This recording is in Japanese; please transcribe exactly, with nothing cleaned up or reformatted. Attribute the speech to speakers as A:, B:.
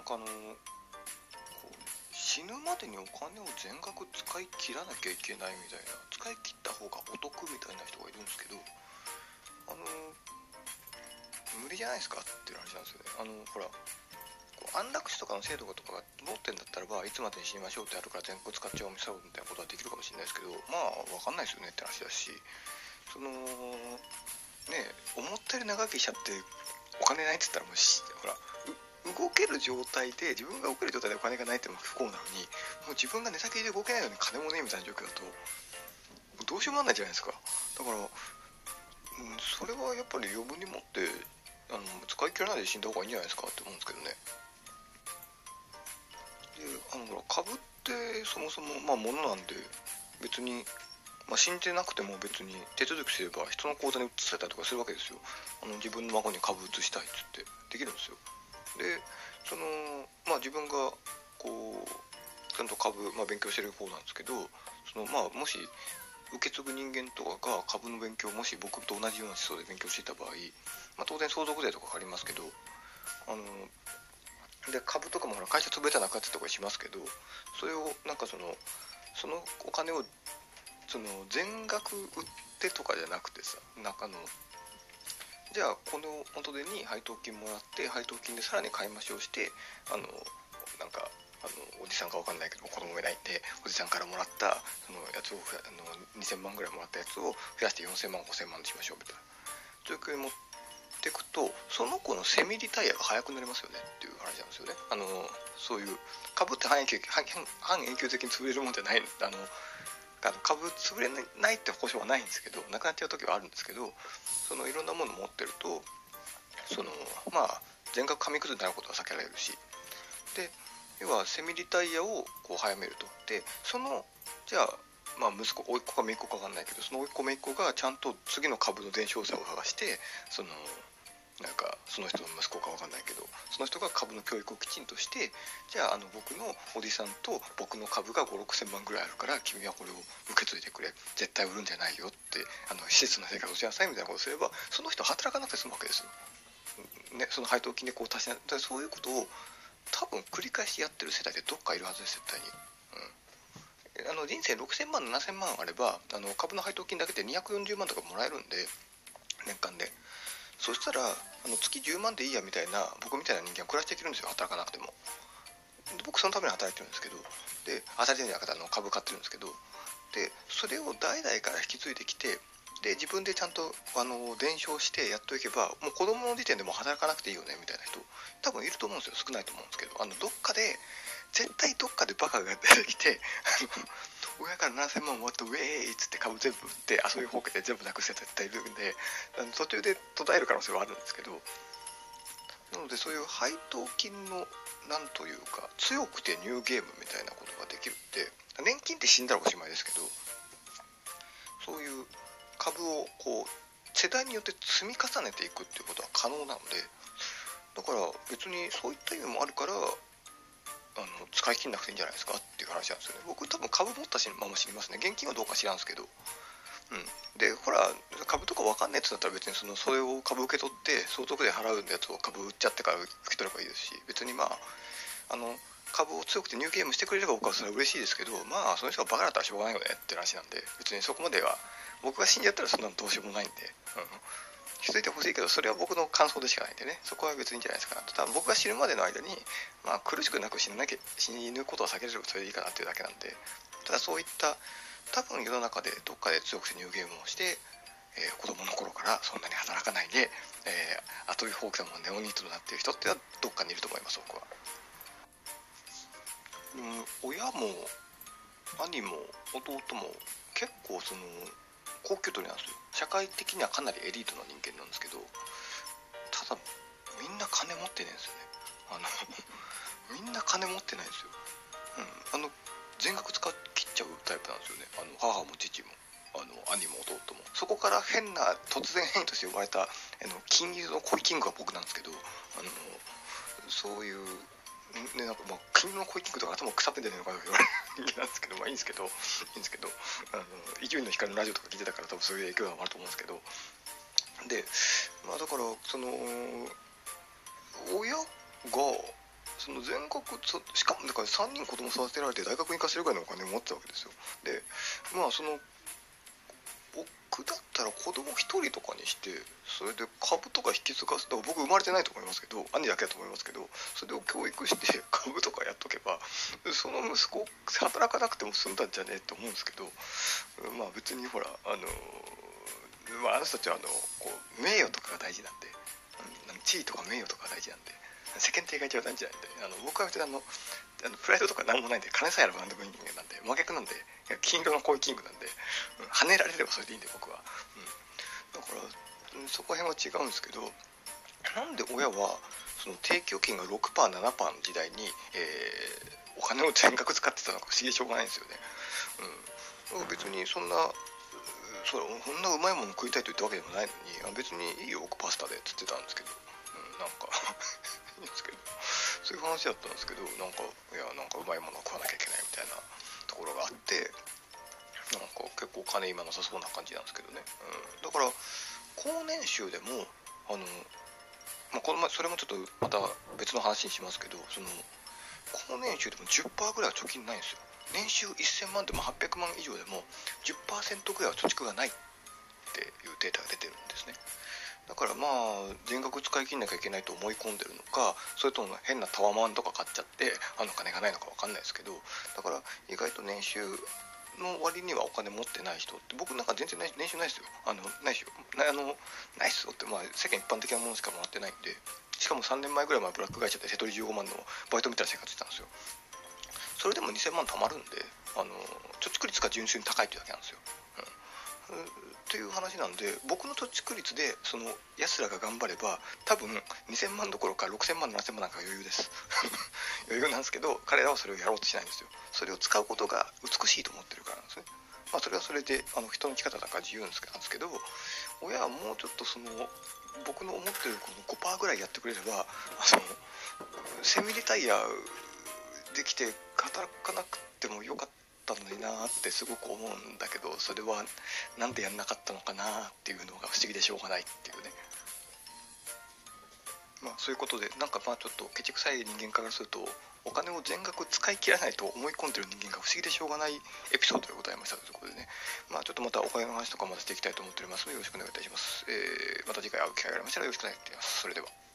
A: かあの死ぬまでにお金を全額使い切らなきゃいけないみたいな、使い切った方がお得みたいな人がいるんですけど、あの無理じゃないですかっていう話なんですよね。あのほら安楽死とかの制度とかが持ってんだったらば、いつまでに死にましょうってあるから全額使っちゃおうみたいなことはできるかもしれないですけど、まあ分かんないですよねって話だし、そのね思ったより長生きしちゃってお金ないって言ったらもうしほら動ける状態で、自分が動ける状態でお金がないってのも不幸なのに、もう自分が寝先で動けないのに金もねえみたいな状況だとどうしようもなんないじゃないですか。だから、うん、それはやっぱり余分に持ってあの使い切らないで死んだ方がいいんじゃないですかって思うんですけどね。であのほら株ってそもそもまあ物なんで、別に、まあ、死んでなくても別に手続きすれば人の口座に移されたりとかするわけですよ。あの自分の孫に株移したいっつってできるんですよ。でそのまあ自分がこうちゃんと株、まあ、勉強してる方なんですけど、そのまあもし受け継ぐ人間とかが株の勉強をもし僕と同じような思想で勉強していた場合、まあ、当然相続税とかかかりますけど、あので株とかもほら会社潰れたらなかったりとかしますけど、それをなんかそのそのお金をその全額売ってとかじゃなくてさ、なんかあのじゃあこの元手に配当金もらって配当金でさらに買い増しをして、あのなんかあのおじさんかわかんないけど子供がいないんで、おじさんからもらったそのやつをあのにせんまんぐらいもらったやつを増やしてよんせんまんごせんまんにしましょうみたいな状況に持っていくと、その子のセミリタイアが早くなりますよねっていう話なんですよね。あのそういう株って半永久半半永久的に潰れるもんじゃない、あの株潰れないって保証はないんですけど、なくなっちゃう時はあるんですけど、そのいろんなもの持ってるとそのまあ全額紙くずになることは避けられるし、で要はセミリタイヤをこう早めると。でそのじゃあまあ息子甥っ子か姪っ子か分かんないけど、その甥っ子姪っ子がちゃんと次の株の伝承者を探して、そのなんかその人の息子か分かんないけど、その人が株の教育をきちんとして、じゃああの僕のおじさんと僕の株がごろくせんまんぐらいあるから君はこれを受け継いでくれ、絶対売るんじゃないよって、あの施設の生活をしなさいみたいなことをすれば、その人働かなくて済むわけですよ、ね、その配当金でこう足しな、そういうことを多分繰り返しやってる世代でどっかいるはずです、絶対に。うん、あの人生ろくせんまんななせんまんあれば、あの株の配当金だけでにひゃくよんじゅうまんとかもらえるんで、年間で。そしたらあの月じゅうまんでいいやみたいな、僕みたいな人間は暮らしていけるんですよ、働かなくても。で僕そのために働いてるんですけど、で当たり前の方の株買ってるんですけど、でそれを代々から引き継いできて、で自分でちゃんとあの伝承してやっておけば、もう子供の時点でもう働かなくていいよねみたいな人多分いると思うんですよ。少ないと思うんですけど、あのどっかで絶対どっかでバカが出てきて、あの親からななせんまんもらってウェーイっつって株全部売って遊びほうけて全部なくすやつ絶対いるんで、あの途中で途絶える可能性はあるんですけど、なのでそういう配当金のなんというか強くてニューゲームみたいなことができるって、年金って死んだらおしまいですけど、そういう株をこう世代によって積み重ねていくっていうことは可能なので、だから別にそういった意味もあるから、あの使い切んなくていいんじゃないですかっていう話なんですよね。僕多分株持ったまま死にますね。現金はどうか知らんすけど、うん、でほら株とか分かんないやつだったら別にそのそれを株受け取って相続で払うやつを株売っちゃってから受け取ればいいですし、別にまああの株を強くてニューゲームしてくれれば僕はそれは嬉しいですけど、まあその人がバカだったらしょうがないよねって話なんで、別にそこまでは僕が死んじゃったらそんなのどうしようもないんで、うん、気づいてほしいけどそれは僕の感想でしかないんでね、そこは別にいいんじゃないですかなと。多分僕が死ぬまでの間に、まあ、苦しくなく死ぬなきゃ死ぬことは避けれればそれでいいかなっていうだけなんで、ただそういった多分世の中でどっかで強くてニューゲームをして、えー、子供の頃からそんなに働かないで、えー、後び放棄さもネオニートになっている人ってのはどっかにいると思います、僕は。うん、親も兄も弟も結構その高級取りなんですよ。社会的にはかなりエリートな人間なんですけど、ただみんな金持ってないんですよね。あのみんな金持ってないんですよ。うん、あの全額使い切っちゃうタイプなんですよね。あの母も父もあの兄も弟も。そこから変な突然変異として生まれたあの金融の恋キングが僕なんですけど、あのそういうね、なんかまあ金融の恋キングとか頭腐ってんじゃないのかなと言われる人間なんですけど、まあいいんですけどいいんですけどあの伊集院の光のラジオとか聞いてたから多分そういう影響があると思うんですけど、でまあだからその親がその全国そしかもだからさんにん子供育てられて大学に行かせるぐらいのお金を持ってたわけですよ。でまあその僕だったら子供ひとりとかにしてそれで株とか引き継がせたら僕生まれてないと思いますけど兄だけだと思いますけどそれを教育して株とかやっとけばその息子働かなくても済んだんじゃねえって思うんですけどまあ別にほらあのまああの人たちはあのこう名誉とかが大事なんで地位とか名誉とかが大事なんで世間体が一番大事なんであの僕は別にあのあのプライドとか何もないんで金さえあれば何でもいい人間なんで真逆なんで金色の恋キングなんで、うん、跳ねられればそれでいいんで僕は、うん、だから、うん、そこら辺は違うんですけどなんで親はその定期預金が ろくパーセント ななパーセントの時代に、えー、お金を全額使ってたのか不思議でしょうがないんですよね、うん、だから別にそんなそそんなうまいもの食いたいと言ったわけでもないのにあ別にいいよ僕パスタでっつってたんですけど、うん、なんかいいんですけどそういう話だったんですけどなんかいやなんかうまいものを食わなきゃいけないみたいなところがあってなんか結構金今なさそうな感じなんですけどね、うん、だから高年収でもあの、まあ、この前それもちょっとまた別の話にしますけどその高年収でも じゅっパーセント ぐらいは貯金ないんですよ。年収せんまんでもはっぴゃくまん以上でも じゅっパーセント ぐらいは貯蓄がないっていうデータが出てるんですね。だからまあ全額使い切んなきゃいけないと思い込んでるのかそれとも変なタワマンとか買っちゃってあの金がないのか分かんないですけどだから意外と年収の割にはお金持ってない人って僕なんか全然年収ないですよあのないですよなあのないっすよってまあ世間一般的なものしかもらってないんでしかもさんねんまえぐらい前ブラック会社で手取りじゅうごまんのバイトみたいな生活してたんですよ。それでもにせんまん貯まるんであの貯蓄率が純粋に高いっていうだけなんですよ、うん、っていう話なんで僕の貯蓄率でその奴らが頑張れば多分にせんまんどころかろくせんまんななせんまんなんか余裕です余裕なんですけど彼らはそれをやろうとしないんですよ。それを使うことが美しいと思ってるからなんですね。まあそれはそれであの人の生き方だから自由なんですけど親はもうちょっとその僕の思ってるこの ごパーセント ぐらいやってくれればあのセミリタイアできて働かなくてもよかったのになってすごく思うんだけどそれはなんでやんなかったのかなっていうのが不思議でしょうがないっていうね。まあそういうことでなんかまあちょっとケチくさい人間からするとお金を全額使い切らないと思い込んでる人間が不思議でしょうがないエピソードでございましたということでねまあちょっとまたお金の話とかまたしていきたいと思っておりますのでよろしくお願いいたします、えー、また次回会う機会がありましたらよろしくお願いします。それでは。